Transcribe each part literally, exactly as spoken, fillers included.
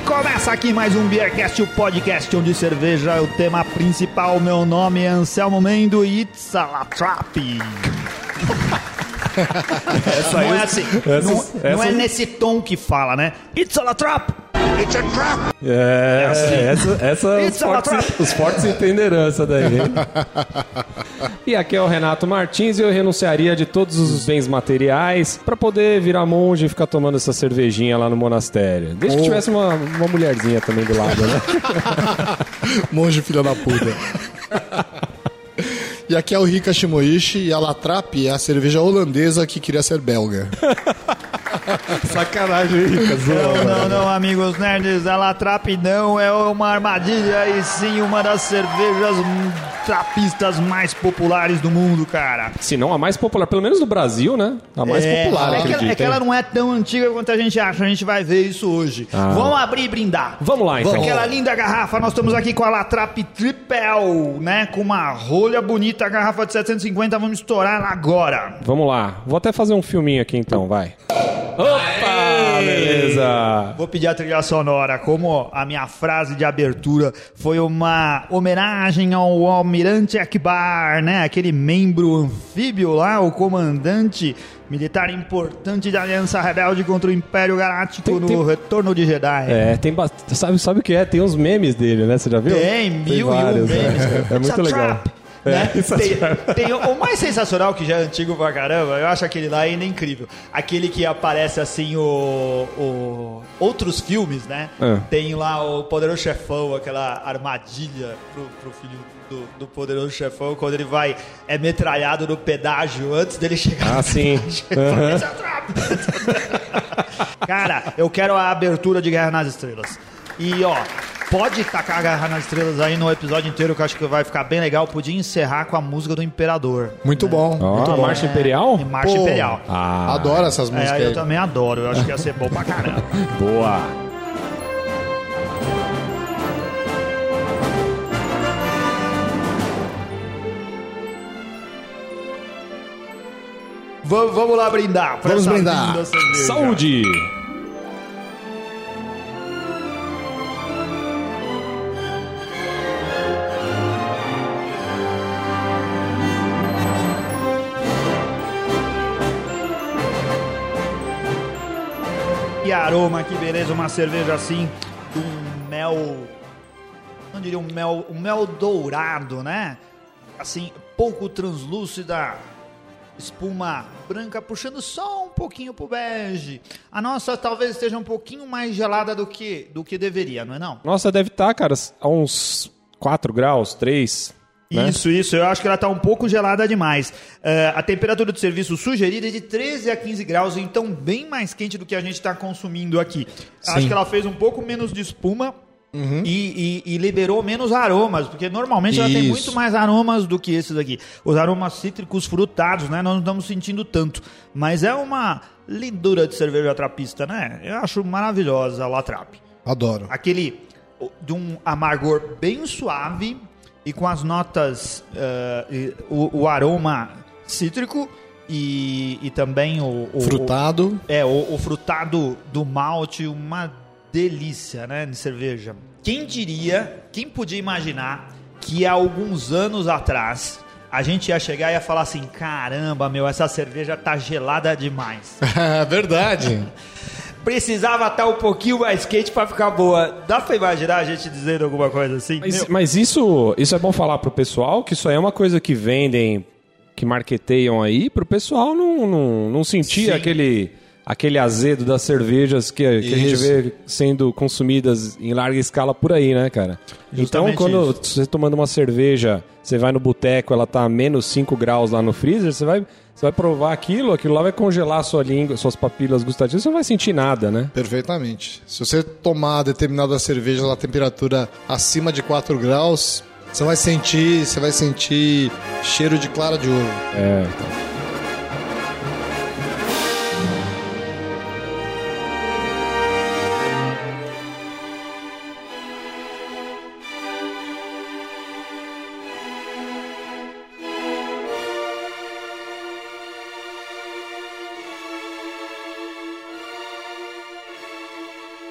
Começa aqui mais um Beercast, o podcast onde cerveja é o tema principal. Meu nome é Anselmo Mendo e It's a La Trap. Essa não é assim, essa, não, essa... não é nesse tom que fala, né? It's a La Trap. It's a trap. É, é assim. essa, essa os, fortes, os fortes entenderão essa daí. E aqui é o Renato Martins e eu renunciaria de todos os bens materiais pra poder virar monge e ficar tomando essa cervejinha lá no monastério. Desde oh. que tivesse uma, uma mulherzinha também do lado, né? Monge filha da puta. E aqui é o Rika Shimoishi e a La Trap é a cerveja holandesa que queria ser belga. Sacanagem, Rika. Não, não, não, amigos nerds. A La Trap não é uma armadilha e sim uma das cervejas trapistas mais populares do mundo, cara. Se não a mais popular, pelo menos no Brasil, né? A mais é, popular, é acredito. que, é que ela não é tão antiga quanto a gente acha. A gente vai ver isso hoje. Ah. Vamos abrir e brindar. Vamos lá, então. Aquela linda garrafa. Nós estamos aqui com a La Trap Triple, né? Com uma rolha bonita, a garrafa de setecentos e cinquenta. Vamos estourar ela agora. Vamos lá. Vou até fazer um filminho aqui, então. Vai. Opa, Aê! Beleza. Vou pedir a trilha sonora. Como a minha frase de abertura foi uma homenagem ao Almirante Akbar, né? Aquele membro anfíbio lá, o comandante militar importante da Aliança Rebelde contra o Império Galáctico tem, no tem... Retorno de Jedi. É, tem ba... sabe, sabe o que é? Tem uns memes dele, né? Você já viu? Tem, mil tem vários, e um memes. Né? É, é muito legal. Trap. Né? É, tem, tem o, o mais sensacional, que já é antigo pra caramba, eu acho aquele lá ainda incrível. Aquele que aparece assim, o, o outros filmes, né? É. Tem lá o Poderoso Chefão, aquela armadilha pro, pro filho do, do Poderoso Chefão, quando ele vai, é metralhado no pedágio antes dele chegar. Ah, sim. Uhum. Cara, eu quero a abertura de Guerra nas Estrelas. E ó, pode tacar a Guerra nas Estrelas aí no episódio inteiro, que eu acho que vai ficar bem legal. Podia encerrar com a música do Imperador. Muito né? bom. Oh, muito bom. Marcha Imperial? É, Marcha Pô, Imperial. Ah. Adoro essas músicas. É, eu aí. também adoro. Eu acho que ia ser bom pra caramba. Boa. Vamos, vamos lá brindar. Vamos brindar. Saúde. Que aroma, que beleza, uma cerveja assim, um mel, não diria um mel, um mel dourado, né? Assim, pouco translúcida, espuma branca puxando só um pouquinho pro bege. A nossa talvez esteja um pouquinho mais gelada do que, do que deveria, não é não? Nossa, deve estar, cara, a uns quatro graus, três... Né? Isso, isso. Eu acho que ela está um pouco gelada demais. Uh, a temperatura do serviço sugerida é de treze a quinze graus, então bem mais quente do que a gente está consumindo aqui. Sim. Acho que ela fez um pouco menos de espuma uhum. e, e, e liberou menos aromas, porque normalmente isso. Ela tem muito mais aromas do que esses aqui. Os aromas cítricos frutados, né? Nós não estamos sentindo tanto. Mas é uma lindura de cerveja trapista, né? Eu acho maravilhosa a La Trap. Adoro. Aquele de um amargor bem suave... E com as notas, uh, o, o aroma cítrico e, e também o... o frutado. O, é, o, o frutado do malte, uma delícia, né, de cerveja. Quem diria, quem podia imaginar que há alguns anos atrás a gente ia chegar e ia falar assim, caramba, meu, essa cerveja tá gelada demais. É verdade. Precisava estar um pouquinho mais quente pra ficar boa. Dá pra imaginar a gente dizendo alguma coisa assim? Mas, mas isso, isso é bom falar pro pessoal, que isso aí é uma coisa que vendem, que marketeiam aí, pro pessoal não, não, não sentir aquele, aquele azedo das cervejas que, que a gente vê sendo consumidas em larga escala por aí, né, cara? Justamente então, quando isso. Você tomando uma cerveja, você vai no boteco, ela tá a menos cinco graus lá no freezer, você vai... Você vai provar aquilo, aquilo lá vai congelar a sua língua, suas papilas gustativas, você não vai sentir nada, né? Perfeitamente. Se você tomar determinada cerveja na temperatura acima de quatro graus, você vai sentir, você vai sentir cheiro de clara de ovo. É, então.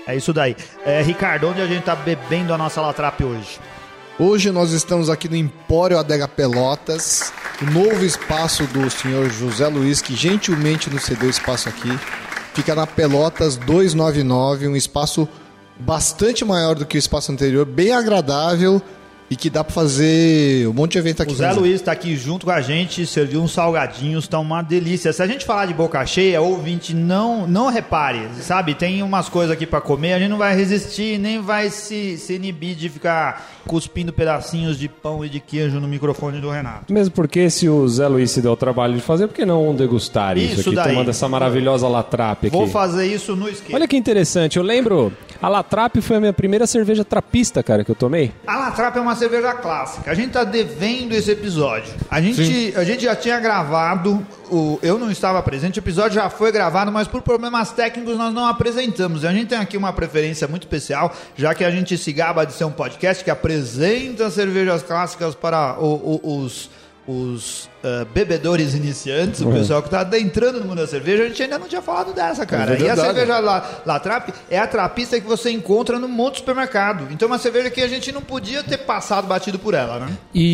É isso daí. É, Ricardo, onde a gente tá bebendo a nossa Latrap hoje? Hoje nós estamos aqui no Empório Adega Pelotas, o novo espaço do senhor José Luiz, que gentilmente nos cedeu espaço aqui. Fica na Pelotas duzentos e noventa e nove, um espaço bastante maior do que o espaço anterior, bem agradável e que dá para fazer um monte de evento aqui. O Zé Luiz está aqui junto com a gente, serviu uns salgadinhos, tá uma delícia. Se a gente falar de boca cheia, ouvinte, não, não repare, sabe? Tem umas coisas aqui para comer, a gente não vai resistir, nem vai se, se inibir de ficar cuspindo pedacinhos de pão e de queijo no microfone do Renato. Mesmo porque se o Zé Luiz se deu o trabalho de fazer, por que não degustar isso, isso aqui, daí. Tomando essa maravilhosa Latrap aqui? Vou fazer isso no esquema. Olha que interessante, eu lembro, a Latrap foi a minha primeira cerveja trapista, cara, que eu tomei. A Latrap é uma cerveja clássica. A gente tá devendo esse episódio. A gente, a gente já tinha gravado, o, eu não estava presente, o episódio já foi gravado, mas por problemas técnicos nós não apresentamos. A gente tem aqui uma preferência muito especial, já que a gente se gaba de ser um podcast que apresenta cervejas clássicas para o, o, os... os uh, bebedores iniciantes, uhum. O pessoal que está adentrando no mundo da cerveja. A gente ainda não tinha falado dessa, cara. É e a cerveja Latrap é a trapista que você encontra no monte de supermercado. Então é uma cerveja que a gente não podia ter passado batido por ela, né?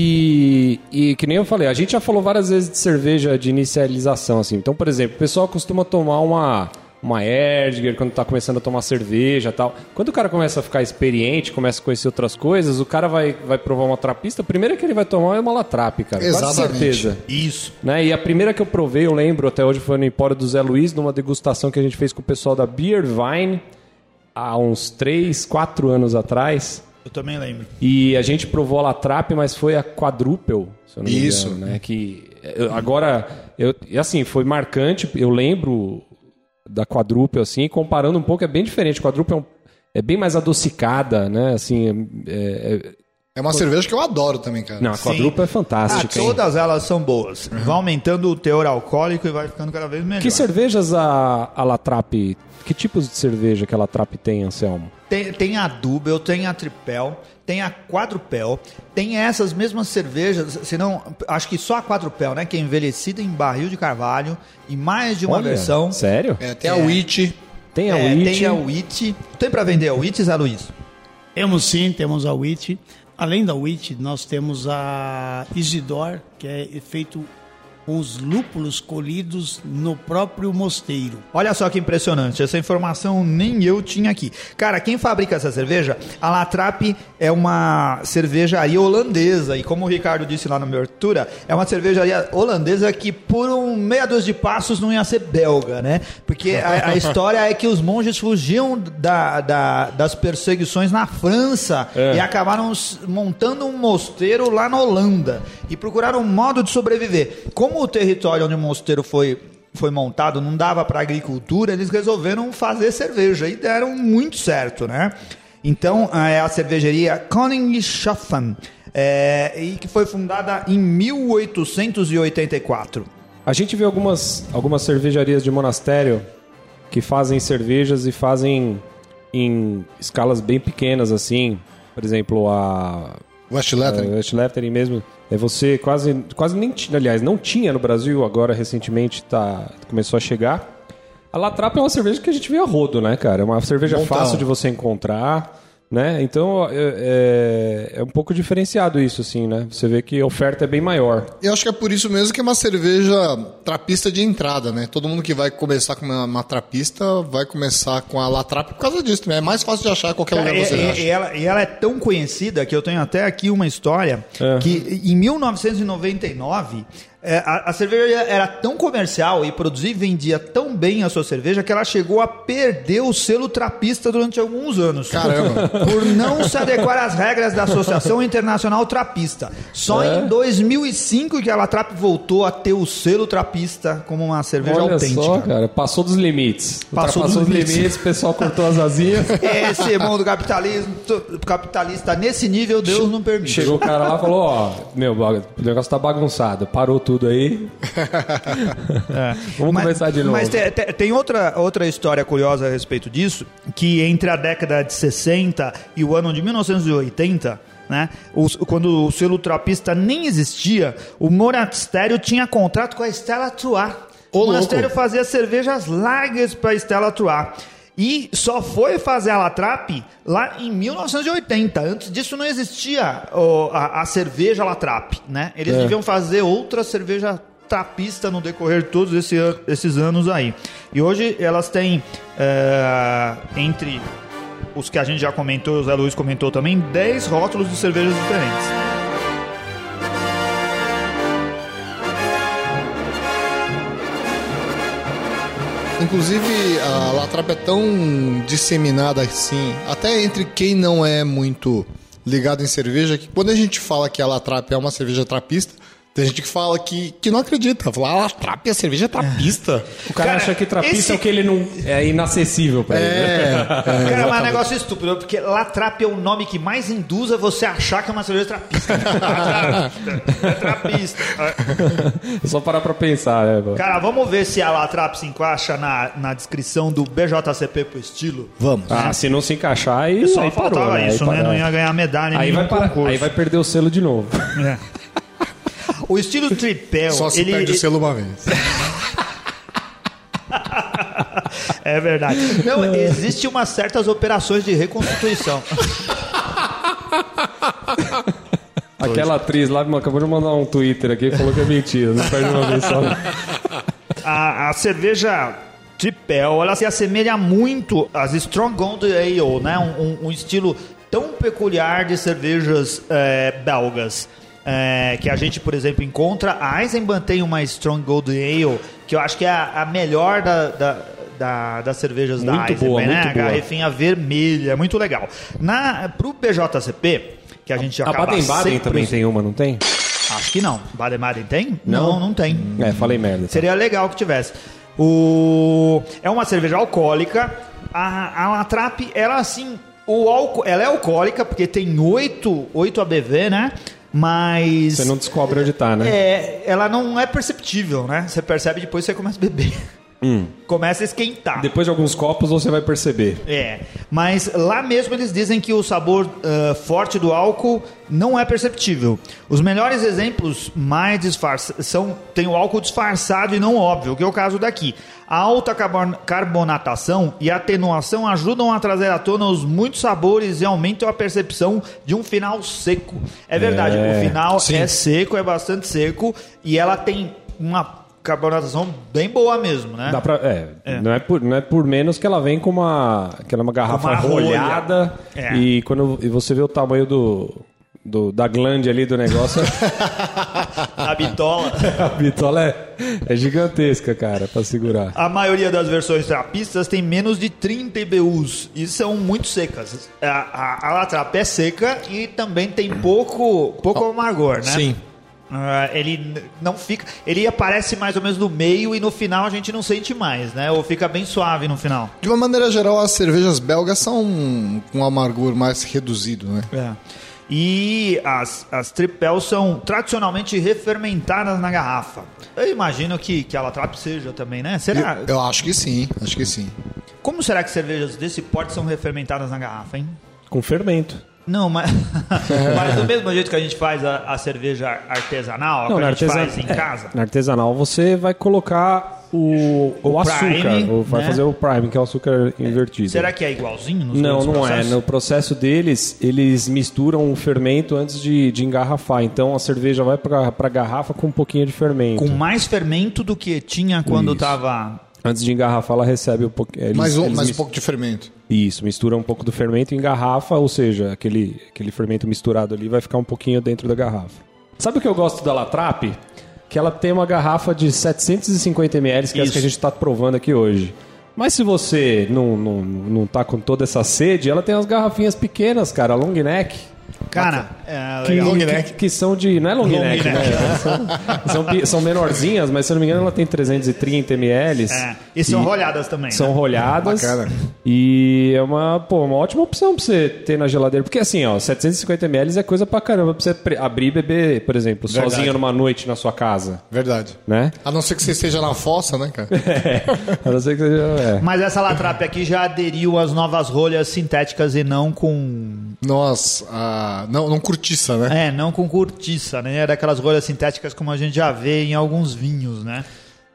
E, e que nem eu falei, a gente já falou várias vezes de cerveja de inicialização, assim. Então, por exemplo, o pessoal costuma tomar uma... uma Erdger, quando tá começando a tomar cerveja e tal. Quando o cara começa a ficar experiente, começa a conhecer outras coisas, o cara vai, vai provar uma trapista, a primeira que ele vai tomar é uma Latrap, cara. Exatamente. Com certeza. Isso. Né? E a primeira que eu provei, eu lembro, até hoje foi no Empório do Zé Luiz, numa degustação que a gente fez com o pessoal da Beer Vine, há uns três, quatro anos atrás. Eu também lembro. E a gente provou a Latrap, mas foi a Quadruple, se eu não me engano. Isso. Né? Que, eu, agora, eu, assim, foi marcante, eu lembro... da Quadruple, assim, comparando um pouco, é bem diferente. A Quadruple é, um, é bem mais adocicada, né? Assim, é, é... é uma cerveja que eu adoro também, cara. Não, a Quadruple é fantástica. Ah, todas elas são boas. Uhum. Vai aumentando o teor alcoólico e vai ficando cada vez melhor. Que cervejas a, a Latrap... Que tipos de cerveja que a Latrap tem, Anselmo? Tem, tem a Double, tem a Tripel, tem a Quadrupel, tem essas mesmas cervejas, senão, acho que só a Quadrupel, né? Que é envelhecida em barril de carvalho, em mais de uma Olha, versão. Sério? É, tem a é, Witch. Tem a é, Witch. Tem a Witch. Tem pra vender a Witch, Zé Luiz? Temos sim, temos a Witch. Além da Witch, nós temos a Isidore, que é feito com os lúpulos colhidos no próprio mosteiro. Olha só que impressionante, essa informação nem eu tinha aqui. Cara, quem fabrica essa cerveja, a Latrap é uma cervejaria holandesa, e como o Ricardo disse lá na minha abertura, é uma cervejaria holandesa que por um meia dúzia de passos não ia ser belga, né? Porque a, a história é que os monges fugiam da, da, das perseguições na França é. e acabaram montando um mosteiro lá na Holanda e procuraram um modo de sobreviver. Como o território onde o mosteiro foi, foi montado não dava para agricultura, eles resolveram fazer cerveja e deram muito certo, né? Então, é a cervejaria Koningshofen, é, e que foi fundada em mil oitocentos e oitenta e quatro. A gente vê algumas, algumas cervejarias de monastério que fazem cervejas e fazem em escalas bem pequenas, assim. Por exemplo, a... Westvleteren. A Westvleteren mesmo. É você quase, quase nem tinha, aliás, não tinha no Brasil, agora recentemente tá, começou a chegar. A Latrap é uma cerveja que a gente vê a rodo, né, cara? É uma cerveja Montão. fácil de você encontrar, né? Então é, é, é um pouco diferenciado isso, assim, né? Você vê que a oferta é bem maior. Eu acho que é por isso mesmo que é uma cerveja trapista de entrada, né? Todo mundo que vai começar com uma, uma trapista vai começar com a Latrap por causa disso, né? É mais fácil de achar em qualquer Cara, lugar que você e, acha. E ela, e ela é tão conhecida que eu tenho até aqui uma história é. que em mil novecentos e noventa e nove... É, a, a cerveja era tão comercial e produzia e vendia tão bem a sua cerveja que ela chegou a perder o selo trapista durante alguns anos. Caramba! Por não se adequar às regras da Associação Internacional Trapista. Só é. em dois mil e cinco que a Latrap voltou a ter o selo trapista como uma cerveja Olha autêntica. Só, cara, passou dos limites. Passou, passou dos limites. limites, o pessoal cortou as asinhas. Esse mundo capitalismo, capitalista nesse nível, Deus não permite. Chegou o cara lá e falou, ó, meu, o negócio tá bagunçado, parou tudo aí. É. Vamos mas, começar de novo. Mas tem, tem outra, outra história curiosa a respeito disso, que entre a década de sessenta e o ano de mil novecentos e oitenta, né, o, quando o selo trapista nem existia, o monastério tinha contrato com a Stella Artois. O, o monastério fazia cervejas largas para a Stella Artois. E só foi fazer a Latrap lá em mil novecentos e oitenta. Antes disso não existia oh, a, a cerveja Latrap, né? Eles é. deviam fazer outra cerveja trapista no decorrer de todos esse, esses anos aí. E hoje elas têm, é, entre os que a gente já comentou, o Zé Luiz comentou também, dez rótulos de cervejas diferentes. Inclusive, a Latrap é tão disseminada assim, até entre quem não é muito ligado em cerveja, que quando a gente fala que a Latrap é uma cerveja trapista, tem gente que fala que, que não acredita. Fala, ah, Latrap é cerveja trapista. O cara, cara acha que trapista esse... é o que ele não... É inacessível pra ele. É, é, cara, mas é um negócio estúpido, porque Latrap é o nome que mais induz a você achar que é uma cerveja trapista. É trapista. É só parar pra pensar, né? Mano? Cara, vamos ver se a Latrap se encaixa na, na descrição do B J C P pro estilo. Vamos. Ah, se não se encaixar, aí só aí faltava parou, isso, né? né? Não ia ganhar medalha em aí nenhum vai parar, concurso. Aí vai perder o selo de novo. É. O estilo tripel... Só se ele, perde ele... o selo uma vez. É verdade. Não, existe umas certas operações de reconstituição. Aquela atriz lá acabou de mandar um Twitter aqui e falou que é mentira. Não perde uma vez só. A, a cerveja tripel, ela se assemelha muito às Strong Gold Ale, né? Um, um, um estilo tão peculiar de cervejas é, belgas. É, que a gente, por exemplo, encontra. A Eisenbahn tem uma Strong Gold Ale, que eu acho que é a, a melhor da, da, da, das cervejas muito da Eisenbahn, boa, né? muito A boa. garrafinha vermelha, é muito legal. Na, pro B J C P, que a gente a acaba Baden-Baden sempre... também tem uma, não tem? Acho que não. Baden-Baden tem? Não? Não, não tem. É, falei merda. Tá? Seria legal que tivesse. O... É uma cerveja alcoólica. A, a Latrap, ela assim... O álcool, ela é alcoólica, porque tem oito A B V, né? Mas... Você não descobre onde tá, né? É, ela não é perceptível, né? Você percebe depois que você começa a beber. Hum. Começa a esquentar. Depois de alguns copos você vai perceber. É, mas lá mesmo eles dizem que o sabor uh, forte do álcool não é perceptível. Os melhores exemplos mais disfarçados são tem o álcool disfarçado e não óbvio, que é o caso daqui. A alta carbonatação e atenuação ajudam a trazer à tona os muitos sabores e aumentam a percepção de um final seco. É verdade, É, o final sim. é seco, é bastante seco e ela tem uma carbonatação bem boa mesmo, né? Dá pra, é, É. Não, é por, não é por menos que ela vem com uma, que ela é uma garrafa uma rolha. rolhada É. e quando e você vê o tamanho do, do da glande ali do negócio, A bitola. a bitola é, é gigantesca, cara, pra segurar. A maioria das versões trapistas tem menos de trinta I B Us e são muito secas. A, a, a Latrap é seca e também tem pouco, pouco amargor, né? Sim. Uh, ele n- não fica. Ele aparece mais ou menos no meio e no final a gente não sente mais, né? Ou fica bem suave no final. De uma maneira geral, as cervejas belgas são um, um amargor mais reduzido, né? É. E as, as tripel são tradicionalmente refermentadas na garrafa. Eu imagino que, que a Latrap seja também, né? Será? Eu, eu acho que sim, acho que sim. Como será que cervejas desse porte são refermentadas na garrafa, hein? Com fermento. Não, mas, mas do mesmo jeito que a gente faz a, a cerveja artesanal, a Não, que na a gente artesan- faz em é, casa. Na artesanal você vai colocar o, o, O açúcar, prime, ou vai né? fazer o prime, que é o açúcar invertido. Será que é igualzinho nos Não, dois não é. processos? No processo deles, eles misturam o fermento antes de, de engarrafar. Então a cerveja vai para a garrafa com um pouquinho de fermento. Com mais fermento do que tinha quando Isso. estava... Antes de engarrafar, ela recebe um pouquinho. eles- Mais um, eles mais um mis- pouco de fermento. Isso, mistura um pouco do fermento em garrafa, ou seja, aquele, aquele fermento misturado ali vai ficar um pouquinho dentro da garrafa. Sabe o que eu gosto da Latrap? Que ela tem uma garrafa de setecentos e cinquenta mililitros, que é essa Isso. que a gente está provando aqui hoje. Mas se você não, não, não tá com toda essa sede, ela tem umas garrafinhas pequenas, cara, long neck. Cara, é Que, legal. que, que são de... Não é long, Long neck, neck. né? Elas São, são, pi- são menorzinhas, mas se eu não me engano ela tem trezentos e trinta mililitros. É, e são rolhadas também. São né? rolhadas. Bacana. E é uma, pô, uma ótima opção pra você ter na geladeira. Porque assim, ó, setecentos e cinquenta mililitros é coisa pra caramba pra você pre- abrir e beber, por exemplo, Verdade. sozinho numa noite na sua casa. Verdade. Né? A não ser que você esteja na fossa, né, cara? A não ser que seja. É. Mas essa Latrap aqui já aderiu às novas rolhas sintéticas e não com... Nós, ah, não, não cortiça, né? É, não com cortiça, né? É daquelas rolhas sintéticas como a gente já vê em alguns vinhos, né?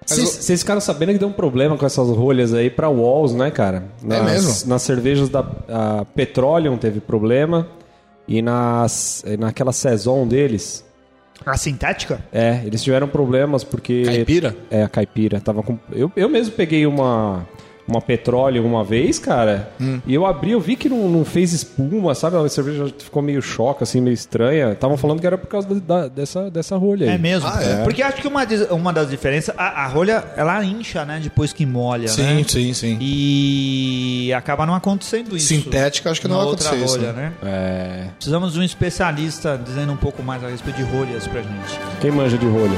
Vocês ficaram sabendo que deu um problema com essas rolhas aí pra Walls, né, cara? Nas, é mesmo? Nas cervejas da a Petroleum teve problema e nas, naquela Saison deles... A sintética? É, eles tiveram problemas porque... Caipira? É, a caipira. Tava com... eu, eu mesmo peguei uma... uma Petróleo uma vez, cara, hum. e eu abri, eu vi que não, não fez espuma, sabe? A cerveja ficou meio choca, assim, meio estranha. Estavam falando que era por causa da, dessa, dessa rolha aí. É mesmo? Ah, é. Porque acho que uma, uma das diferenças, a, a rolha, ela incha, né? Depois que molha, sim, né? Sim, sim, sim. E acaba não acontecendo isso. Sintética, acho que não vai outra acontecer rolha, isso. Né? É... Precisamos de um especialista dizendo um pouco mais a respeito de rolhas pra gente. Quem manja de rolha?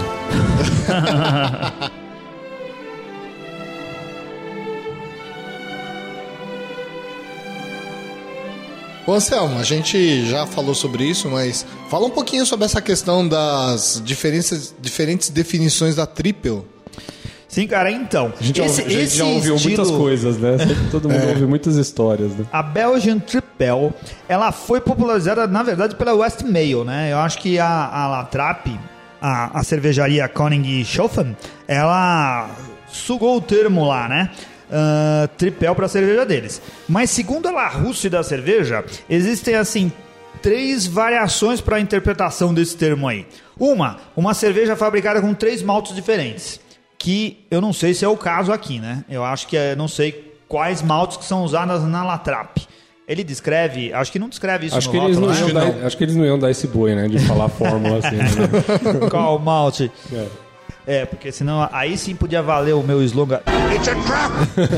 Ô Anselmo, a gente já falou sobre isso, mas fala um pouquinho sobre essa questão das diferenças, diferentes definições da triple. Sim, cara, então. A gente, esse, já, a gente esse já ouviu estilo... muitas coisas, né? Todo mundo é. ouve muitas histórias, né? A Belgian Triple, ela foi popularizada, na verdade, pela Westmalle, né? Eu acho que a, a Latrap, a, a cervejaria Koning Schoffen, ela sugou o termo lá, né? Uh, tripel para a cerveja deles. Mas segundo a Larousse da cerveja, existem assim três variações para a interpretação desse termo aí. Uma, uma cerveja fabricada com três maltes diferentes, que eu não sei se é o caso aqui, né? Eu acho que é, não sei quais maltes que são usadas na Latrap. Ele descreve, acho que não descreve isso acho no que eles rótulo, não né? iam dar, acho que eles não iam dar esse boi, né? De falar a fórmula assim. Né? Qual malte? É. É, porque senão aí sim podia valer o meu slogan. It's a trap!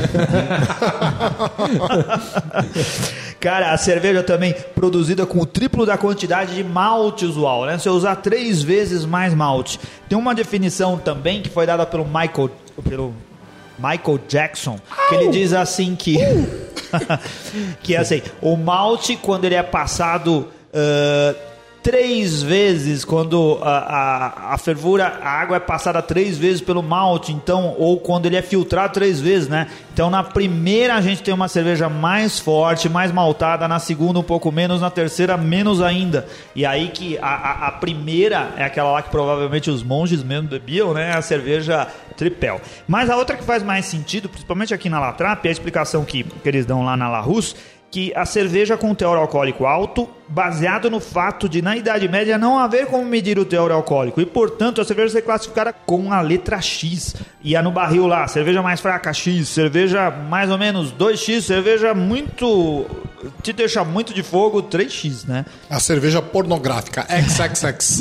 Cara, a cerveja também produzida com o triplo da quantidade de malte usual, né? Você usar três vezes mais malte. Tem uma definição também que foi dada pelo Michael, pelo Michael Jackson, que ele diz assim que... que é assim, o malte, quando ele é passado... Uh, três vezes, quando a, a, a fervura, a água é passada três vezes pelo malte, então, ou quando ele é filtrado três vezes, né? Então, na primeira a gente tem uma cerveja mais forte, mais maltada, na segunda um pouco menos, na terceira menos ainda. E aí que a, a, a primeira é aquela lá que provavelmente os monges mesmo bebiam, né? A cerveja Tripel. Mas a outra que faz mais sentido, principalmente aqui na Latrap, é a explicação que, que eles dão lá na Larousse, que a cerveja com teor alcoólico alto, baseado no fato de, na Idade Média, não haver como medir o teor alcoólico. E, portanto, a cerveja ser classificada com a letra X. E a no barril lá, cerveja mais fraca, X. Cerveja mais ou menos dois x. Cerveja muito... te deixa muito de fogo, três x, né? A cerveja pornográfica, X X X.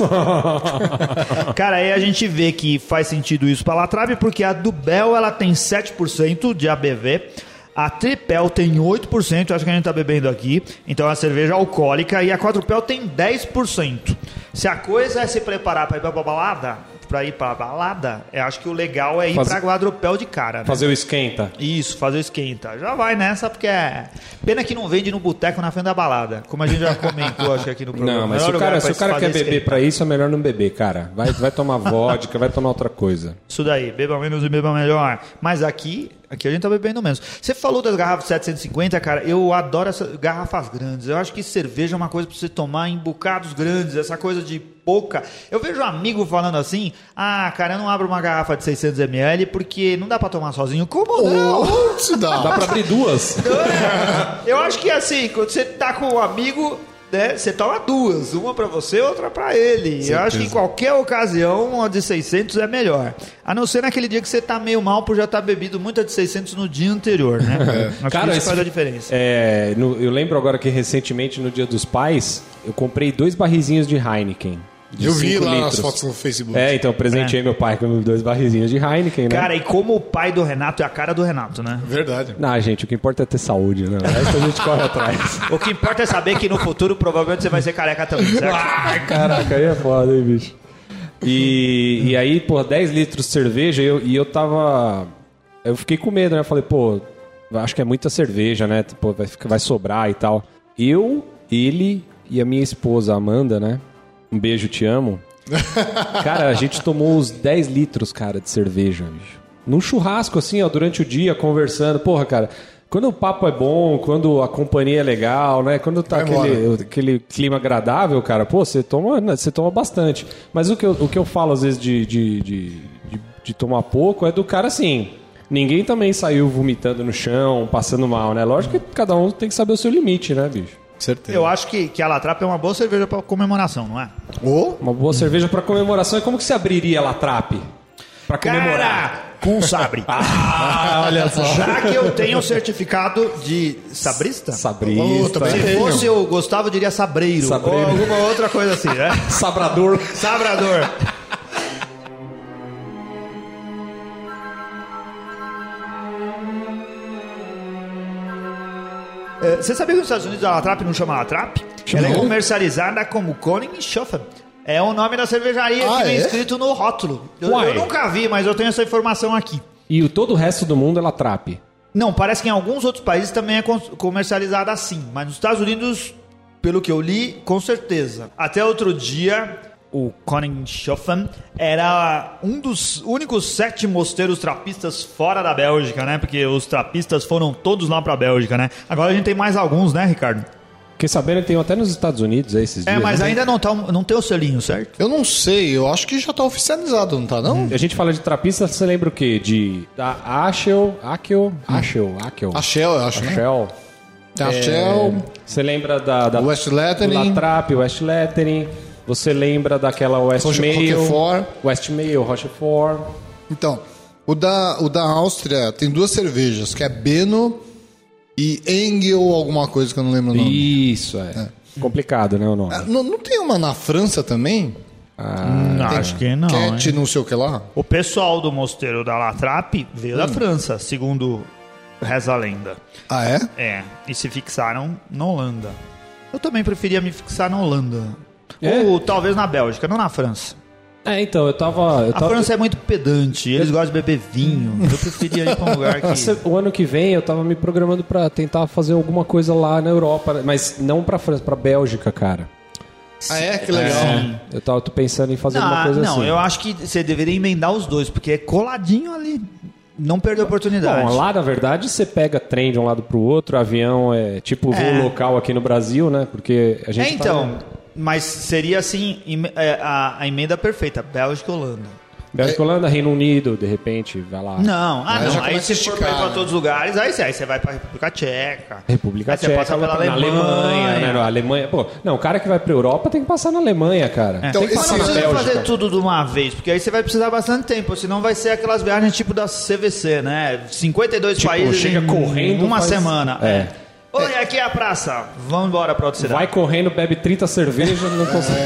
Cara, aí a gente vê que faz sentido isso para a Latrap, porque a Dubel, ela tem sete por cento de A B V... A Tripel tem oito por cento, acho que a gente tá bebendo aqui. Então é uma cerveja alcoólica. E a Quadrupel tem dez por cento. Se a coisa é se preparar para ir pra balada, pra ir pra balada, eu acho que o legal é ir Faz... pra Quadrupel de cara, né? Fazer o esquenta. Isso, fazer o esquenta. Já vai nessa, porque é... Pena que não vende no boteco na frente da balada. Como a gente já comentou, acho que aqui no programa. Não, mas se o cara, se o cara quer beber esquenta. Pra isso, é melhor não beber, cara. Vai, vai tomar vodka, vai tomar outra coisa. Isso daí, beba menos e beba melhor. Mas aqui... Aqui a gente tá bebendo menos. Você falou das garrafas setecentos e cinquenta, cara. Eu adoro essas garrafas grandes. Eu acho que cerveja é uma coisa pra você tomar em bocados grandes. Essa coisa de pouca. Eu vejo um amigo falando assim: ah, cara, eu não abro uma garrafa de seiscentos mililitros porque não dá pra tomar sozinho. Como não? Oh, se dá. Dá pra abrir duas. Eu acho que assim, quando você tá com um amigo... Né? Você toma duas, uma pra você, outra pra ele. Certeza. Eu acho que em qualquer ocasião uma de seiscentos é melhor. A não ser naquele dia que você tá meio mal por já estar tá bebido muita de seiscentos no dia anterior, né? É. Acho Cara, que isso esse, faz a diferença. É, no, eu lembro agora que recentemente no Dia dos Pais eu comprei dois barrizinhos de Heineken. De eu vi lá litros. nas fotos no Facebook. É, então eu presenteei é. meu pai com dois barrizinhos de Heineken, né? Cara, e como o pai do Renato é a cara do Renato, né? Verdade. Não, gente, o que importa é ter saúde, né? Essa a gente corre atrás. O que importa é saber que no futuro provavelmente você vai ser careca também, certo? Ai, caraca, aí é foda, hein, bicho? E, e aí, pô, dez litros de cerveja e eu, e eu tava... Eu fiquei com medo, né? Eu falei, pô, acho que é muita cerveja, né? Pô, vai, vai sobrar e tal. Eu, ele e a minha esposa, Amanda, né? Um beijo, te amo. Cara, a gente tomou os dez litros, cara, de cerveja, bicho. Num churrasco, assim, ó, durante o dia, conversando. Porra, cara, quando o papo é bom, quando a companhia é legal, né? Quando tá aquele, aquele clima agradável, cara, pô, você toma, você toma bastante. Mas o que eu, o que eu falo, às vezes, de, de, de, de de tomar pouco é do cara assim... Ninguém também saiu vomitando no chão, passando mal, né? Lógico que cada um tem que saber o seu limite, né, bicho? Certeza. Eu acho que, que a La Trappe é uma boa cerveja pra comemoração, não é? Oh. Uma boa cerveja pra comemoração. E como que se abriria a La Trappe? Pra comemorar? Cara, com sabre. Ah, olha só. Já que eu tenho o certificado de sabrista. Sabrista. Oh, também Se tenho. fosse o Gustavo, eu diria sabreiro. Sabreiro. Ou alguma outra coisa assim, né? Sabrador. Sabrador. É, você sabia que nos Estados Unidos a La Trappe não chama La Trappe? Ela é comercializada como Koenigshofen. É o nome da cervejaria Ah, que vem é? escrito no rótulo. Eu, Uai. eu nunca vi, mas eu tenho essa informação aqui. E o, todo o resto do mundo é La Trappe. Não, parece que em alguns outros países também é com- comercializada assim. Mas nos Estados Unidos, pelo que eu li, com certeza. Até outro dia, o Koenigshofen era um dos únicos sete mosteiros trapistas fora da Bélgica, né? Porque os trapistas foram todos lá pra Bélgica, né? Agora a gente tem mais alguns, né, Ricardo? Fiquei sabendo que tem até nos Estados Unidos aí esses É, dias. mas né? ainda não, tá, não tem o selinho, certo? Eu não sei, eu acho que já tá oficializado, não tá não? A gente fala de trapista, você lembra o quê? De... Da Ashel... Akel... Ashel... Akel... A Shell, eu acho, né? Shell. Tem a Shell, Você lembra da... da West Lettering. La Trappe, West Lettering. Você lembra daquela West Roche- Mail. Roquefort. West Mail, Rochefort. Então, o da, o da Áustria tem duas cervejas, que é Beno e Engel alguma coisa que eu não lembro o nome. Isso, é. Complicado, né, o nome? Ah, Não, não tem uma na França também? Não, acho que não. Cat, hein? não sei o que lá. O pessoal do mosteiro da La Trappe veio da França, segundo reza a lenda. Ah, é? É, e se fixaram na Holanda. Eu também preferia me fixar na Holanda. É? Ou talvez na Bélgica, não na França. É, então, eu tava... Eu A tava... França é muito pedante, eles gostam de beber vinho. Eu preferia ir pra um lugar que... O ano que vem eu tava me programando pra tentar fazer alguma coisa lá na Europa, mas não pra França, pra Bélgica, cara. Ah, é? Que legal. Sim. Eu tava tô pensando em fazer Não, alguma coisa não, assim. eu acho que você deveria emendar os dois, porque é coladinho ali. Não perder a oportunidade. Bom, lá na verdade você pega trem de um lado pro outro, avião é tipo voo É. local aqui no Brasil, né? Porque a gente É, então, mas seria assim em- é, a, a emenda perfeita, Bélgica e Holanda. Bélgica, Holanda, Reino Unido, de repente, vai lá. Não, ah Aí já não, aí começa se a for pra ir esticar, pra né? todos os lugares, aí, você- aí você vai pra República Tcheca. República aí você Tcheca, passa pela na Alemanha. Alemanha, né? Na Alemanha, pô, não, o cara que vai pra Europa tem que passar na Alemanha, cara. É. Então, tem que Mas esse não passar na precisa Bélgica. fazer tudo de uma vez, porque aí você vai precisar bastante tempo, senão vai ser aquelas viagens tipo da C V C, né? cinquenta e dois Tipo, países chega em correndo, uma faz- semana. É. É. Oi, aqui é a praça. Vamos embora pra outra cidade. Vai correndo, bebe trinta cervejas, não consegue.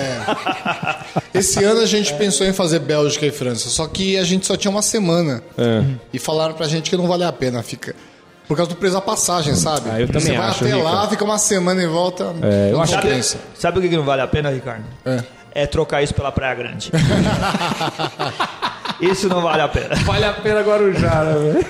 Esse ano a gente pensou em fazer Bélgica e França, só que a gente só tinha uma semana. É. E falaram pra gente que não vale a pena, fica. Por causa do preço da passagem, sabe? Ah, eu também Você vai acho, até Rica. lá, fica uma semana e volta. É, eu não acho que- compensa. Sabe o que que não vale a pena, Ricardo? É. É trocar isso pela Praia Grande. Isso não vale a pena. Vale a pena Guarujá, né, velho?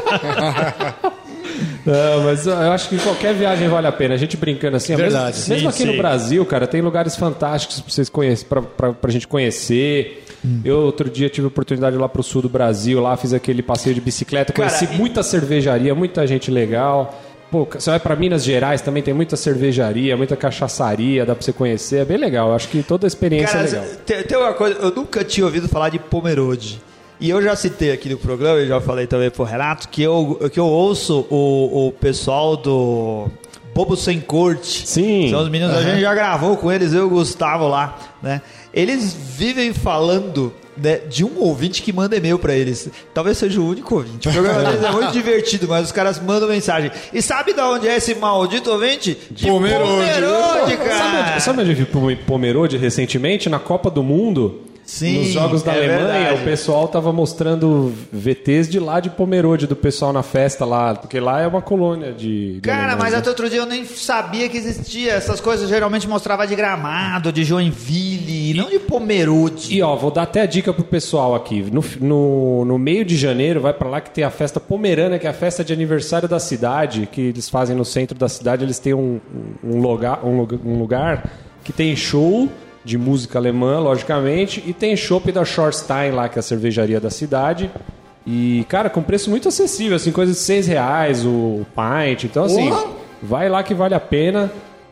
Não, mas eu acho que qualquer viagem vale a pena. A gente brincando assim, Verdade. mesmo, mesmo Sim, aqui sim. no Brasil, cara, tem lugares fantásticos pra vocês conhecerem, pra, pra, pra gente conhecer. Eu outro dia tive a oportunidade de ir lá pro sul do Brasil, lá fiz aquele passeio de bicicleta, Cara, conheci e- muita cervejaria, muita gente legal. Pô, você vai pra Minas Gerais também, tem muita cervejaria, muita cachaçaria, dá pra você conhecer, é bem legal. Eu acho que toda a experiência Cara, é legal. tem, tem uma coisa, eu nunca tinha ouvido falar de Pomerode. E eu já citei aqui no programa, e já falei também pro Renato, que eu, que eu ouço o, o pessoal do Bobo Sem Corte. Sim. São os meninos, a gente já gravou com eles, eu e o Gustavo lá, né? Eles vivem falando, né, de um ouvinte que manda e-mail pra eles. Talvez seja o único ouvinte. O programa deles é muito divertido, mas os caras mandam mensagem. E sabe de onde é esse maldito ouvinte? De Pomerode. Pomerode, cara. Sabe, sabe onde eu vi Pom- Pomerode recentemente? Na Copa do Mundo. Sim, Nos Jogos da é Alemanha, verdade. o pessoal tava mostrando V Tês de lá de Pomerode, do pessoal na festa lá, porque lá é uma colônia de. de Cara, alemães, mas né? até outro dia eu nem sabia que existia. Essas coisas geralmente mostrava de Gramado, de Joinville, e não de Pomerode. E ó, vou dar até a dica pro pessoal aqui. No, no, no meio de janeiro, vai pra lá que tem a festa Pomerana, que é a festa de aniversário da cidade, que eles fazem no centro da cidade. Eles têm um, um, lugar, um, lugar- um lugar que tem show de música alemã, logicamente, e tem chopp da Schorstein lá, que é a cervejaria da cidade. E, cara, com preço muito acessível, assim, coisa de seis reais o pint. Então, assim, Porra! vai lá que vale a pena.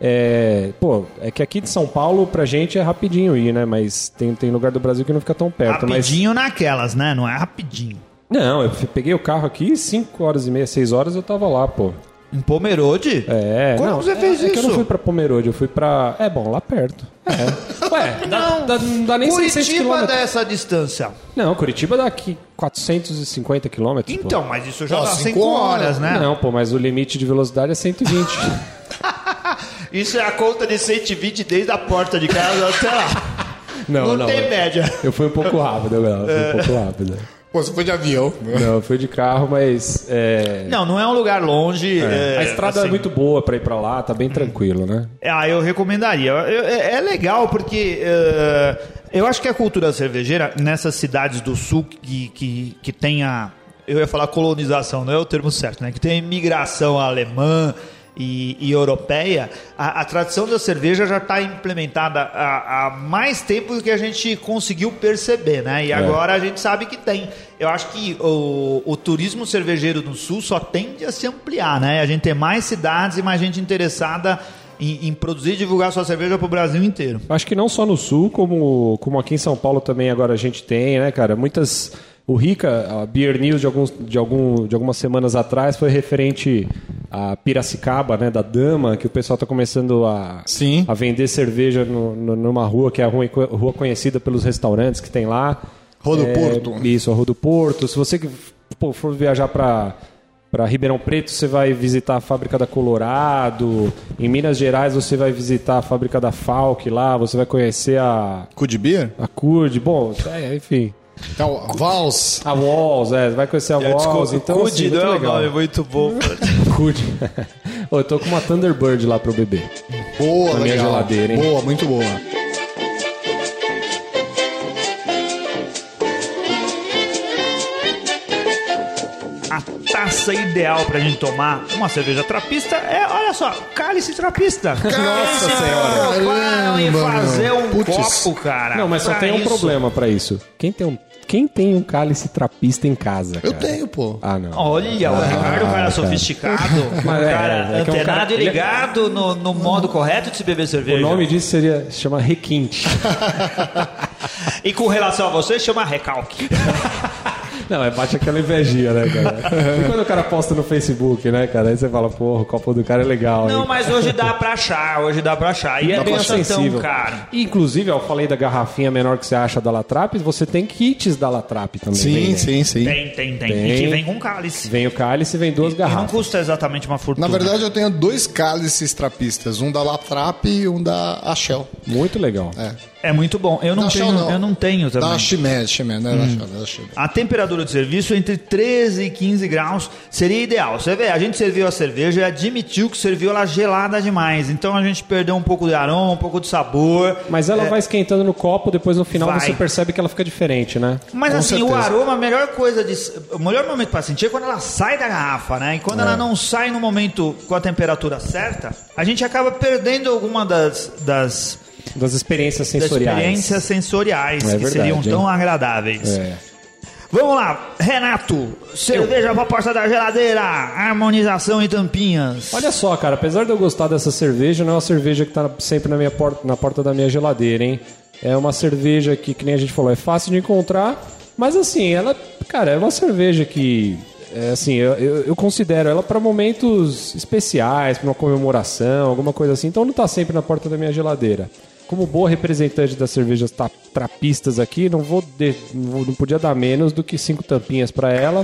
É, pô, é que aqui de São Paulo pra gente é rapidinho ir, né? Mas tem, tem lugar do Brasil que não fica tão perto. Rapidinho mas... naquelas, né? Não é rapidinho. Não, eu peguei o carro aqui, cinco horas e meia, seis horas eu tava lá, pô. Em Pomerode? É. Como não, você é, fez é isso? que eu não fui pra Pomerode, eu fui pra... É, bom, lá perto. É. Ué, dá, Não, dá, não dá nem seiscentos Curitiba quilômetros. dessa distância. Não, Curitiba dá aqui quatrocentos e cinquenta quilômetros. Então, mas isso já Pô, dá cinco cinco horas, horas, né? Não, pô, mas o limite de velocidade é cento e vinte. Isso é a conta de cento e vinte desde a porta de casa até lá. Não, Não não. tem média. Eu fui um pouco rápido, eu fui um pouco rápido. Pô, você foi de avião. Não, eu fui de carro, mas... É... Não, não é um lugar longe. É. é, A estrada assim, é muito boa pra ir pra lá, tá bem tranquilo, né? Ah, eu recomendaria. Eu- É, é legal porque eh, eu acho que a cultura cervejeira nessas cidades do sul que, que, que tem a... Eu ia falar colonização, não é o termo certo, né? Que tem a imigração alemã e, e europeia, a, a tradição da cerveja já está implementada há, há mais tempo do que a gente conseguiu perceber, né? E agora a gente sabe que tem. Eu acho que o, o turismo cervejeiro no sul só tende a se ampliar, né? A gente tem mais cidades e mais gente interessada em, em produzir e divulgar sua cerveja para o Brasil inteiro. Acho que não só no Sul, como, como aqui em São Paulo também agora a gente tem, né, cara? Muitas... O Rica, a Beer News de, alguns, de, algum, de algumas semanas atrás foi referente a Piracicaba, né, da Dama, que o pessoal está começando a, Sim. a vender cerveja no, no, numa rua que é a rua, rua conhecida pelos restaurantes que tem lá. Rua do É, Porto. Isso, a Rua do Porto. Se você pô, for viajar para... Para Ribeirão Preto, você vai visitar a fábrica da Colorado. Em Minas Gerais, você vai visitar a fábrica da Falk lá. Você vai conhecer a, Cu de beer? a Curd. Bom, é, enfim. Então, Vals. A Walls, é. Vai conhecer a Walls. Então, assim, muito legal. muito bom. Curd. Ô, eu tô com uma Thunderbird lá pro beber. Boa, Na minha legal. geladeira, hein? Boa, muito boa. A taça ideal pra gente tomar uma cerveja trapista é, olha só, cálice trapista. Nossa Senhora. Preocuparam em Caramba, fazer meu. um Putz. copo, cara. Não, mas só pra tem um isso. problema pra isso. Quem tem um, quem tem um cálice trapista em casa, Eu cara? tenho, pô. Ah, não. Olha, o Ricardo é um cara sofisticado, um Mas é, cara é que é um antenado cara- e ligado no, no modo correto de se beber cerveja. O nome disso seria, se chama requinte. E com relação a você, chama recalque. Não, é bate aquela invejinha, né, cara? E quando o cara posta no Facebook, né, cara? Aí você fala, porra, o copo do cara é legal, Não, hein? mas hoje dá pra achar, hoje dá pra achar. E é Dá bem pra achar tão caro. E, inclusive, eu falei da garrafinha menor que você acha da Latrap, você tem kits da Latrap também. Sim, vem, né? sim, sim. Tem, tem, tem, Tem. E que vem com cálice. Vem o cálice e vem duas E não garrafas. custa exatamente uma fortuna. Na verdade, eu tenho dois cálices trapistas. Um da Latrap e um da Ashell. Muito legal. É. É muito bom. Eu não, Da tenho, Shell, não. eu não tenho também. Da Chimé, Chimé, né? Da Shell, da Chimé. A temperatura de serviço entre treze e quinze graus seria ideal. Você vê, a gente serviu a cerveja e admitiu que serviu ela gelada demais. Então a gente perdeu um pouco de aroma, um pouco de sabor. Mas ela vai esquentando no copo, depois no final Vai. você percebe que ela fica diferente, né? Mas Com assim, o certeza. aroma, a melhor coisa de. O melhor momento para sentir é quando ela sai da garrafa, né? E quando ela não sai no momento com a temperatura certa, a gente acaba perdendo alguma das. das Das experiências das sensoriais. experiências sensoriais É que verdade, seriam tão hein? agradáveis. É. Vamos lá, Renato, cerveja pra porta da geladeira, harmonização e tampinhas. Olha só, cara, apesar de eu gostar dessa cerveja, não é uma cerveja que tá sempre na, minha porta, na porta da minha geladeira, hein? É uma cerveja que, que nem a gente falou, é fácil de encontrar, mas assim, ela, cara, é uma cerveja que, é, assim, eu, eu, eu considero ela para momentos especiais, para uma comemoração, alguma coisa assim, então não tá sempre na porta da minha geladeira. Como boa representante das cervejas ta- trapistas aqui, não vou, de, não vou- não podia dar menos do que cinco tampinhas para ela.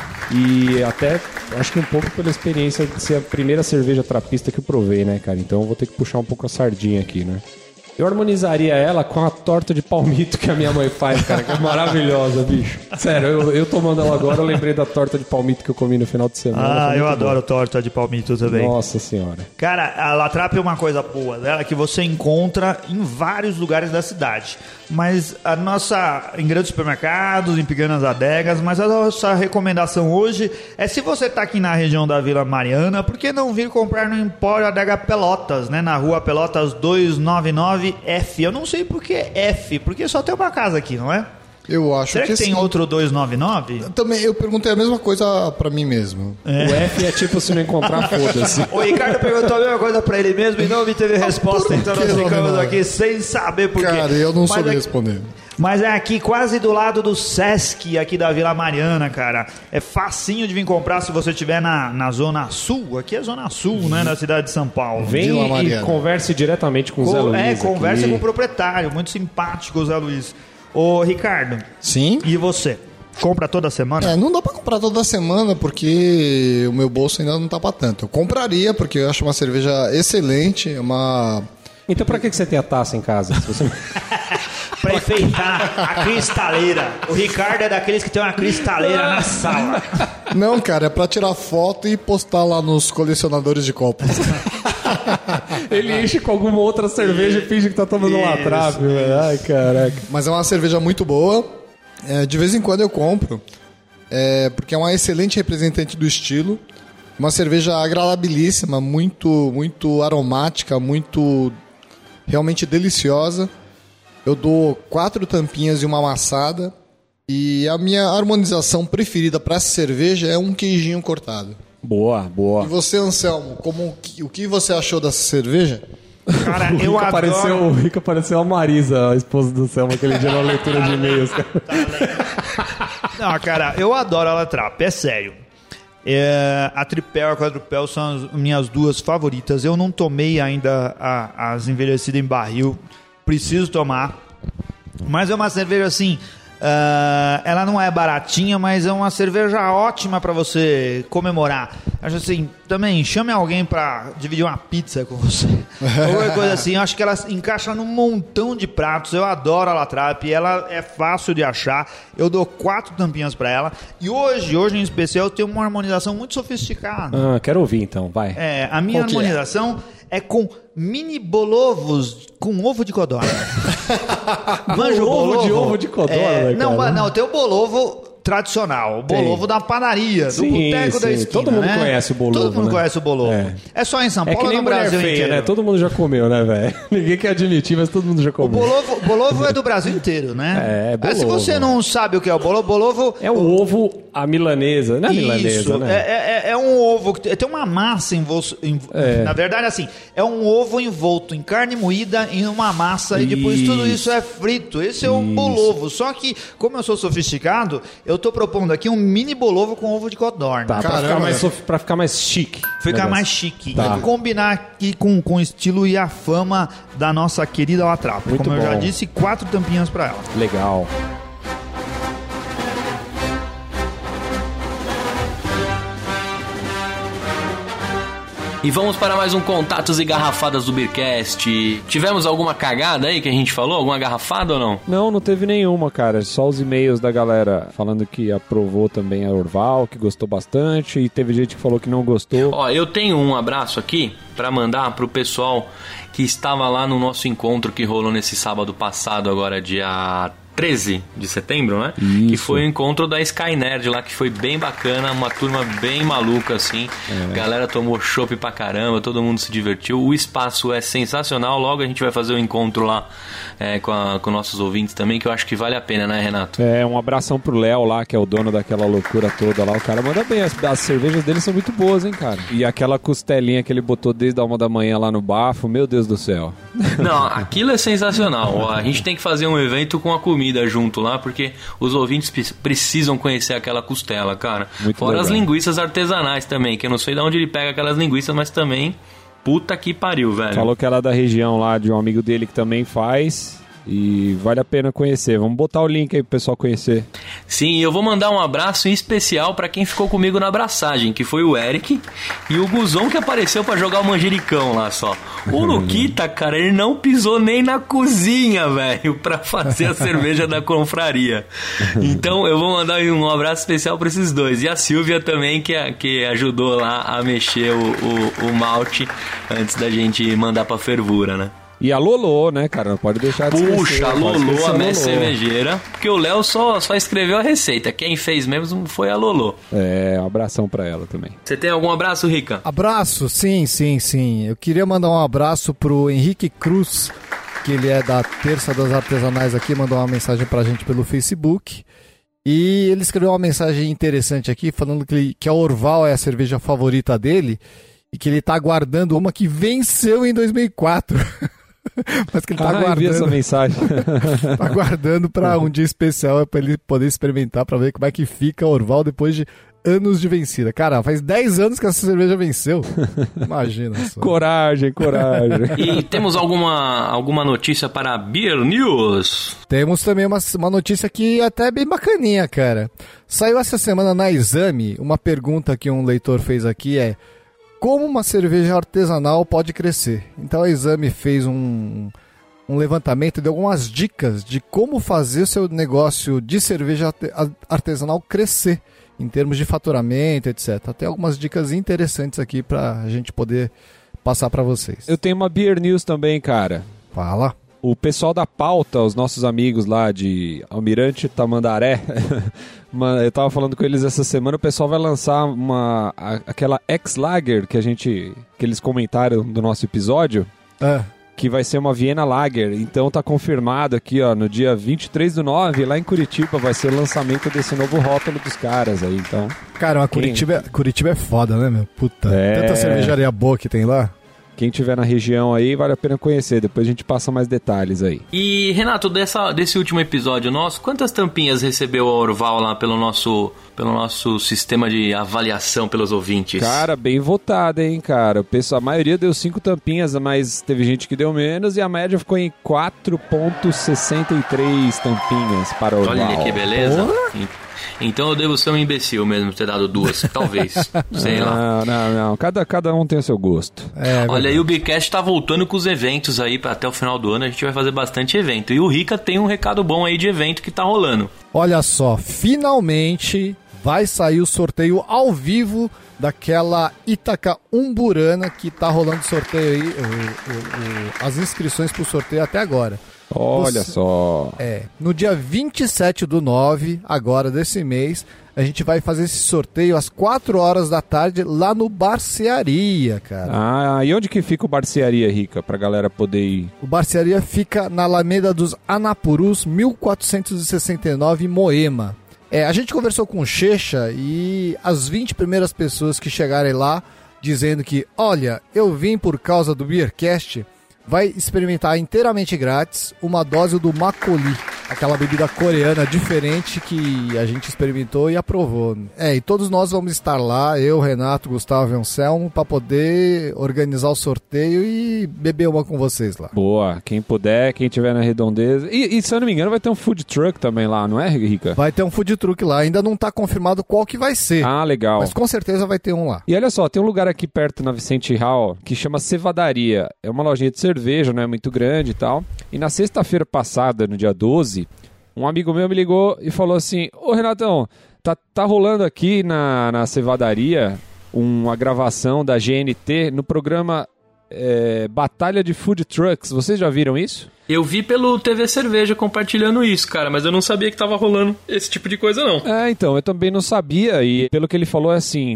E até acho que um pouco pela experiência de ser a primeira cerveja trapista que eu provei, né, cara? Então eu vou ter que puxar um pouco a sardinha aqui, né? Eu harmonizaria ela com a torta de palmito que a minha mãe faz, cara, que é maravilhosa, bicho. Sério, eu, eu tomando ela agora, eu lembrei da torta de palmito que eu comi no final de semana. Ah, Foi eu muito adoro torta de palmito também. bom. Nossa senhora. Cara, a Latrap é uma coisa boa dela que você encontra em vários lugares da cidade. Mas a nossa, em grandes supermercados, em pequenas adegas, mas a nossa recomendação hoje é, se você está aqui na região da Vila Mariana, por que não vir comprar no Empório Adega Pelotas, né? Na rua Pelotas duzentos e noventa e nove F. Eu não sei por que F, porque só tem uma casa aqui, não é? Eu acho Será que, que tem sim. outro duzentos e noventa e nove? Também, eu perguntei a mesma coisa pra mim mesmo. É. O F é tipo se não encontrar, foda-se. O Ricardo perguntou a mesma coisa pra ele mesmo e não obteve resposta, então nós ficamos aqui sem saber por quê. Cara, eu não Mas soube aqui, responder. Mas é aqui quase do lado do Sesc, aqui da Vila Mariana, cara. É facinho de vir comprar se você estiver na, na Zona Sul. Aqui é Zona Sul, né, da cidade de São Paulo. Vem e converse diretamente com o Zé Luiz. É, conversa aqui. com o proprietário, muito simpático o Zé Luiz. Ô, Ricardo. Sim? E você? Compra toda semana? É, não dá pra comprar toda semana porque o meu bolso ainda não tá pra tanto. Eu compraria porque eu acho uma cerveja excelente, uma... Então pra que você tem a taça em casa? Se você... Pra enfeitar a cristaleira. O Ricardo é daqueles que tem uma cristaleira na sala. Não, cara, é pra tirar foto e postar lá nos colecionadores de copos. Ele enche com alguma outra cerveja e finge que tá tomando uma trave, velho. Ai, caraca. Mas é uma cerveja muito boa. É, de vez em quando eu compro. É, porque é uma excelente representante do estilo. Uma cerveja agradabilíssima, muito, muito aromática, muito realmente deliciosa. Eu dou quatro tampinhas e uma amassada. E a minha harmonização preferida para essa cerveja é um queijinho cortado. Boa, boa. E você, Anselmo, como, o que você achou dessa cerveja? Cara, o eu Rico apareceu, adoro... O Rico apareceu a Marisa, a esposa do Selma, aquele dia na leitura de e-mails. Não, cara, eu adoro a Latrap, é sério. É, a Tripel e a Quadrupel são as minhas duas favoritas. Eu não tomei ainda a, as envelhecidas em barril. Preciso tomar. Mas é uma cerveja assim... Uh, ela não é baratinha, mas é uma cerveja ótima pra você comemorar. Acho assim, também chame alguém pra dividir uma pizza com você. Qualquer coisa assim, eu acho que ela encaixa num montão de pratos. Eu adoro a Latrap, ela é fácil de achar. Eu dou quatro tampinhas pra ela. E hoje, hoje em especial, eu tenho uma harmonização muito sofisticada. Ah, quero ouvir então, vai. É, a minha Qual que harmonização é? é com mini bolovos com ovo de codorna. Manja o Ovo bolovo? de ovo de codorna, é, não, cara. não, tem o bolovo tradicional, o bolovo Tem. da padaria, do Sim, boteco da sim. esquina. Todo mundo né? conhece o bolovo, Todo mundo né? conhece o bolovo. É. É, só em São É Paulo que ou nem no mulher Brasil feia, inteiro? né? Todo mundo já comeu, né, velho? Ninguém quer admitir, mas todo mundo já O comeu. bolovo, bolovo é do Brasil inteiro, né? É, bolovo. Se você não sabe o que é o bolovo, bolovo... É o ovo à milanesa, não é milanesa, Isso, né? é, é, é um ovo que tem- tem uma massa envolta. É. Na verdade, assim, é um ovo envolto em carne moída em uma massa e depois tudo isso é frito. Esse é o Isso. bolovo. Só que, como eu sou sofisticado, eu tô propondo aqui um mini bolovo com ovo de codorna. Tá, pra Caramba. ficar, mais, sof- pra ficar mais chique. Ficar negócio. mais chique. Tá. E combinar aqui com, com o estilo e a fama da nossa querida Latrap. Muito Como eu já bom. disse, quatro tampinhas pra ela. Legal. E vamos para mais um Contatos e Garrafadas do Beercast. Tivemos alguma cagada aí que a gente falou? Alguma garrafada ou não? Não, não teve nenhuma, cara. Só os e-mails da galera falando que aprovou também a Orval, que gostou bastante. E teve gente que falou que não gostou. Ó, eu tenho um abraço aqui para mandar pro pessoal que estava lá no nosso encontro que rolou nesse sábado passado, agora dia treze de setembro, né? Isso. Que foi o encontro da Sky Nerd lá, que foi bem bacana, uma turma bem maluca, assim. É. Galera tomou chopp pra caramba, todo mundo se divertiu. O espaço é sensacional, logo a gente vai fazer o um encontro lá é, com, a, com nossos ouvintes também, que eu acho que vale a pena, né, Renato? É, um abração pro Léo lá, que é o dono daquela loucura toda lá. O cara manda bem, as, as cervejas dele são muito boas, hein, cara. E aquela costelinha que ele botou desde a uma da manhã lá no bafo, meu Deus do céu. Não, aquilo é sensacional. Ó, a gente tem que fazer um evento com a comida junto lá, porque os ouvintes pre- precisam conhecer aquela costela, cara. Muito Fora legal. as linguiças artesanais também, que eu não sei de onde ele pega aquelas linguiças, mas também, puta que pariu, velho. Falou que ela é da região lá, de um amigo dele que também faz. E vale a pena conhecer. Vamos botar o link aí pro pessoal conhecer. Sim, eu vou mandar um abraço em especial pra quem ficou comigo na abraçagem, que foi o Eric e o Guzão, que apareceu pra jogar o manjericão lá só. O Luquita, cara, ele não pisou nem na cozinha, velho, pra fazer a cerveja da confraria. Então eu vou mandar um abraço especial pra esses dois. E a Silvia também, que, que ajudou lá a mexer o, o, o malte antes da gente mandar pra fervura, né? E a Lolô, né, cara? Não pode deixar de esquecer. Puxa, a Pode Lolô, esquecer a mestre cervejeira. Porque o Léo só, só escreveu a receita. Quem fez mesmo foi a Lolô. É, um abração pra ela também. Você tem algum abraço, Rica? Abraço, sim, sim, sim. Eu queria mandar um abraço pro Henrique Cruz, que ele é da Terça das Artesanais aqui, mandou uma mensagem pra gente pelo Facebook. E ele escreveu uma mensagem interessante aqui, falando que, ele, que a Orval é a cerveja favorita dele e que ele tá aguardando uma que venceu em dois mil e quatro. Mas que ele tá ah, aguardando. essa mensagem. Tá aguardando pra um dia especial pra ele poder experimentar, pra ver como é que fica a Orval depois de anos de vencida. Cara, faz dez anos que essa cerveja venceu. Imagina só. Coragem, coragem. E temos alguma, alguma notícia para a Beer News? Temos também uma, uma notícia que até é bem bacaninha, cara. Saiu essa semana na Exame uma pergunta que um leitor fez aqui, é: como uma cerveja artesanal pode crescer? Então a Exame fez um, um levantamento e deu algumas dicas de como fazer o seu negócio de cerveja artesanal crescer, em termos de faturamento, etcétera. Tem algumas dicas interessantes aqui pra gente poder passar pra vocês. Eu tenho uma Beer News também, cara. Fala. O pessoal da Pauta, os nossos amigos lá de Almirante Tamandaré, eu tava falando com eles essa semana, o pessoal vai lançar uma, a, aquela X-Lager que a gente, que eles comentaram do nosso episódio, Ah. que vai ser uma Viena Lager. Então tá confirmado aqui, ó, no dia vinte e três do nove, lá em Curitiba, vai ser o lançamento desse novo rótulo dos caras aí, então... Cara, a Curitiba, Quem... Curitiba é foda, né, meu? Puta, é... tanta cervejaria boa que tem lá. Quem tiver na região aí, vale a pena conhecer. Depois a gente passa mais detalhes aí. E, Renato, dessa, desse último episódio nosso, quantas tampinhas recebeu a Orval lá pelo nosso, pelo nosso sistema de avaliação pelos ouvintes? Cara, bem votado, hein, cara. O pessoal, a maioria deu cinco tampinhas, mas teve gente que deu menos e a média ficou em quatro vírgula sessenta e três tampinhas para a Orval. Olha que beleza. Porra. Então eu devo ser um imbecil mesmo ter dado duas, talvez. Sei não, lá. Não, não, não. Cada, cada um tem o seu gosto. É, Olha, aí o Bicast tá voltando com os eventos aí pra até o final do ano. A gente vai fazer bastante evento. E o Rica tem um recado bom aí de evento que tá rolando. Olha só, finalmente vai sair o sorteio ao vivo daquela Ítaca Umburana que tá rolando sorteio aí, o, o, o, as inscrições pro sorteio até agora. Olha Você, só. É, no dia vinte e sete do nove, agora desse mês, a gente vai fazer esse sorteio às quatro horas da tarde lá no Barcearia, cara. Ah, e onde que fica o Barcearia, Rica, pra galera poder ir? O Barcearia fica na Alameda dos Anapurus, mil quatrocentos e sessenta e nove, em Moema. É, a gente conversou com o Checha e as vinte primeiras pessoas que chegarem lá dizendo que, olha, eu vim por causa do Beercast, vai experimentar inteiramente grátis uma dose do Makgeolli, aquela bebida coreana diferente que a gente experimentou e aprovou. É, e todos nós vamos estar lá, eu, Renato, Gustavo e Anselmo, para poder organizar o sorteio e beber uma com vocês lá. Boa, quem puder, quem tiver na redondeza. E, e se eu não me engano vai ter um food truck também lá, não é, Rica? Vai ter um food truck lá, ainda não tá confirmado qual que vai ser. Ah, legal. Mas com certeza vai ter um lá. E olha só, tem um lugar aqui perto na Vicente Hall que chama Cevadaria. É uma lojinha de cerveja, não é muito grande e tal. E na sexta-feira passada, no dia doze, um amigo meu me ligou e falou assim: ô Renatão, tá, tá rolando aqui na, na Cevadaria uma gravação da G N T no programa é, Batalha de Food Trucks. Vocês já viram isso? Eu vi pelo T V Cerveja compartilhando isso, cara, mas eu não sabia que tava rolando esse tipo de coisa, não. É, então, eu também não sabia, e pelo que ele falou é assim,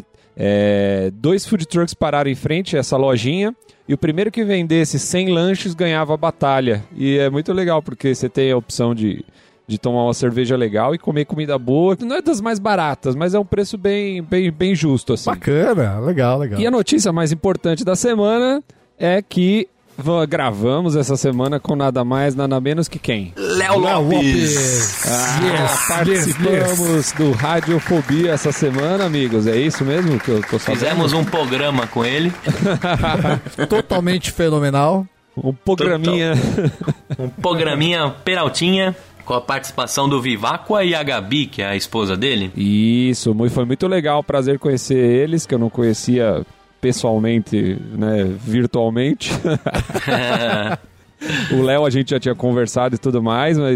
é, dois food trucks pararam em frente a essa lojinha, e o primeiro que vendesse cem lanches ganhava a batalha. E é muito legal, porque você tem a opção de, de tomar uma cerveja legal e comer comida boa. Não é das mais baratas, mas é um preço bem, bem, bem justo, assim. Bacana, legal, legal. E a notícia mais importante da semana é que gravamos essa semana com nada mais, nada menos que quem? Léo Lopes! Ah, yes, participamos yes, yes. do Radiofobia essa semana, amigos. É isso mesmo que eu tô sabendo? Fizemos um programa com ele. Totalmente fenomenal. Um programinha. Total. Um programinha Peraltinha, com a participação do Viváqua e a Gabi, que é a esposa dele. Isso, foi muito legal. Prazer conhecer eles, que eu não conhecia pessoalmente, né, virtualmente. O Léo a gente já tinha conversado e tudo mais, mas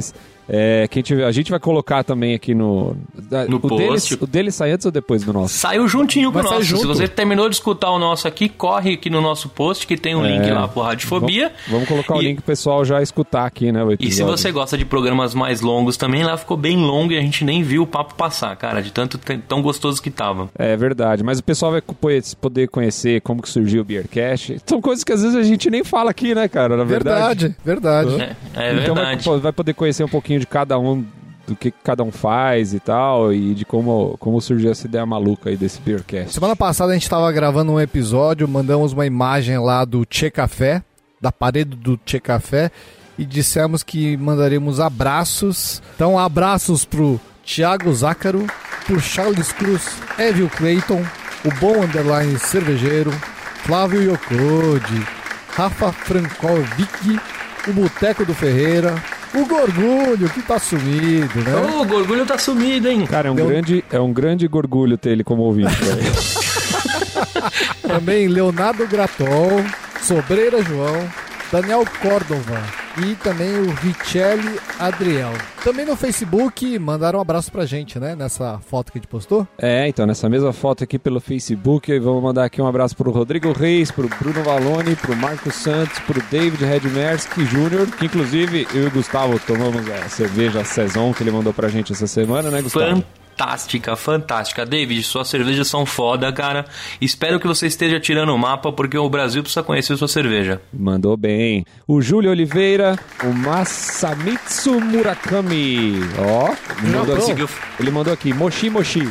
É, quem tiver, a gente vai colocar também aqui no... No o post. Dele, o dele sai antes ou depois do nosso? Saiu juntinho com o Vai sair nosso. junto. Se você terminou de escutar o nosso aqui, corre aqui no nosso post, que tem um É. link lá pro Radiofobia. Vamos, vamos colocar o E- link pro pessoal já escutar aqui, né, o E episódio. se você gosta de programas mais longos também, lá ficou bem longo e a gente nem viu o papo passar, cara, de tanto tão gostoso que tava. É verdade, mas o pessoal vai co- poder conhecer como que surgiu o Beercast. São coisas que às vezes a gente nem fala aqui, né, cara, na verdade. Verdade, verdade. É, é Então vai, verdade. pô, vai poder conhecer um pouquinho de cada um, do que cada um faz e tal, e de como, como surgiu essa ideia maluca aí desse Beercast. Semana passada a gente estava gravando um episódio, mandamos uma imagem lá do Tchê Café, da parede do Tchê Café, e dissemos que mandaremos abraços. Então, abraços pro Thiago Zácaro, por Charles Cruz, Evil Clayton, o Bom Underline Cervejeiro, Flávio Yokode, Rafa Frankovic, o Boteco do Ferreira, o Gorgulho, que tá sumido, né? Ô, o Gorgulho tá sumido, hein? Cara, é um, Deu- grande, é um grande gorgulho ter ele como ouvinte, velho. Também Leonardo Gratol, Sobreira João, Daniel Córdova e também o Richelli Adriel. Também no Facebook mandaram um abraço pra gente, né? Nessa foto que a gente postou. É, então, nessa mesma foto aqui pelo Facebook, vamos mandar aqui um abraço pro Rodrigo Reis, pro Bruno Valone, pro Marcos Santos, pro David Redmerski Júnior, que inclusive eu e o Gustavo tomamos a cerveja Saison que ele mandou pra gente essa semana, né, Gustavo? Fantástica, fantástica. David, suas cervejas são foda, cara. Espero que você esteja tirando o mapa, porque o Brasil precisa conhecer sua cerveja. Mandou bem. O Júlio Oliveira, o Masamitsu Murakami. Ó, ele mandou, aqui, Conseguiu. ele mandou aqui, Moshi Moshi.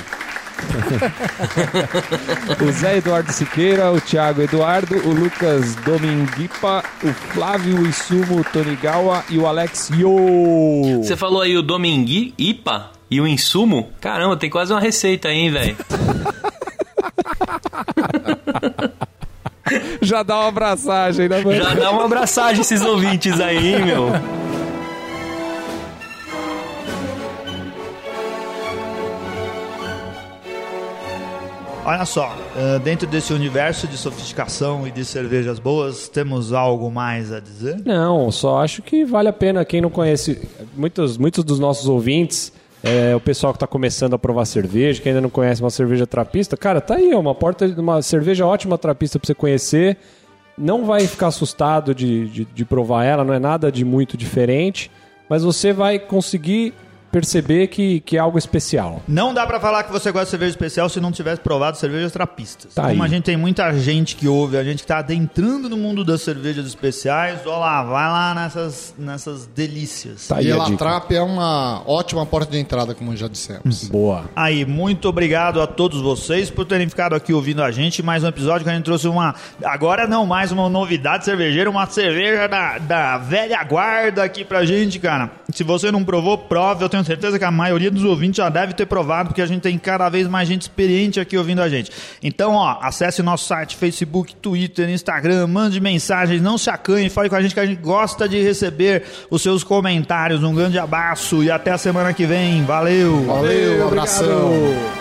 O Zé Eduardo Siqueira, o Thiago Eduardo, o Lucas Dominguipa, o Flávio Isumo Tonigawa e o Alex Yo. Você falou aí o Domingui, Ipa e o insumo? Caramba, tem quase uma receita aí, hein, velho? Já dá uma abraçagem, né, mano? Já dá uma abraçagem esses ouvintes aí, hein, meu? Olha só, uh, dentro desse universo de sofisticação e de cervejas boas, temos algo mais a dizer? Não, só acho que vale a pena quem não conhece. Muitos, muitos dos nossos ouvintes, é, o pessoal que está começando a provar cerveja, que ainda não conhece uma cerveja trapista, cara, tá aí, ó, uma porta, uma cerveja ótima trapista para você conhecer. Não vai ficar assustado de, de, de provar ela, não é nada de muito diferente, mas você vai conseguir perceber que, que é algo especial. Não dá pra falar que você gosta de cerveja especial se não tivesse provado cervejas trapistas. Tá Como aí. a gente tem muita gente que ouve, a gente que tá adentrando no mundo das cervejas especiais, ó lá, vai lá nessas, nessas delícias. Tá aí E a a dica. Latrap é uma ótima porta de entrada, como já dissemos. Boa. Aí, muito obrigado a todos vocês por terem ficado aqui ouvindo a gente. Mais um episódio que a gente trouxe uma... Agora não, mais uma novidade cervejeira, uma cerveja da, da velha guarda aqui pra gente, cara. Se você não provou, prove. Eu tenho certeza que a maioria dos ouvintes já deve ter provado, porque a gente tem cada vez mais gente experiente aqui ouvindo a gente. Então, ó, acesse nosso site, Facebook, Twitter, Instagram, mande mensagens, não se acanhe, fale com a gente que a gente gosta de receber os seus comentários. Um grande abraço e até a semana que vem. Valeu! Valeu, abração. Obrigado.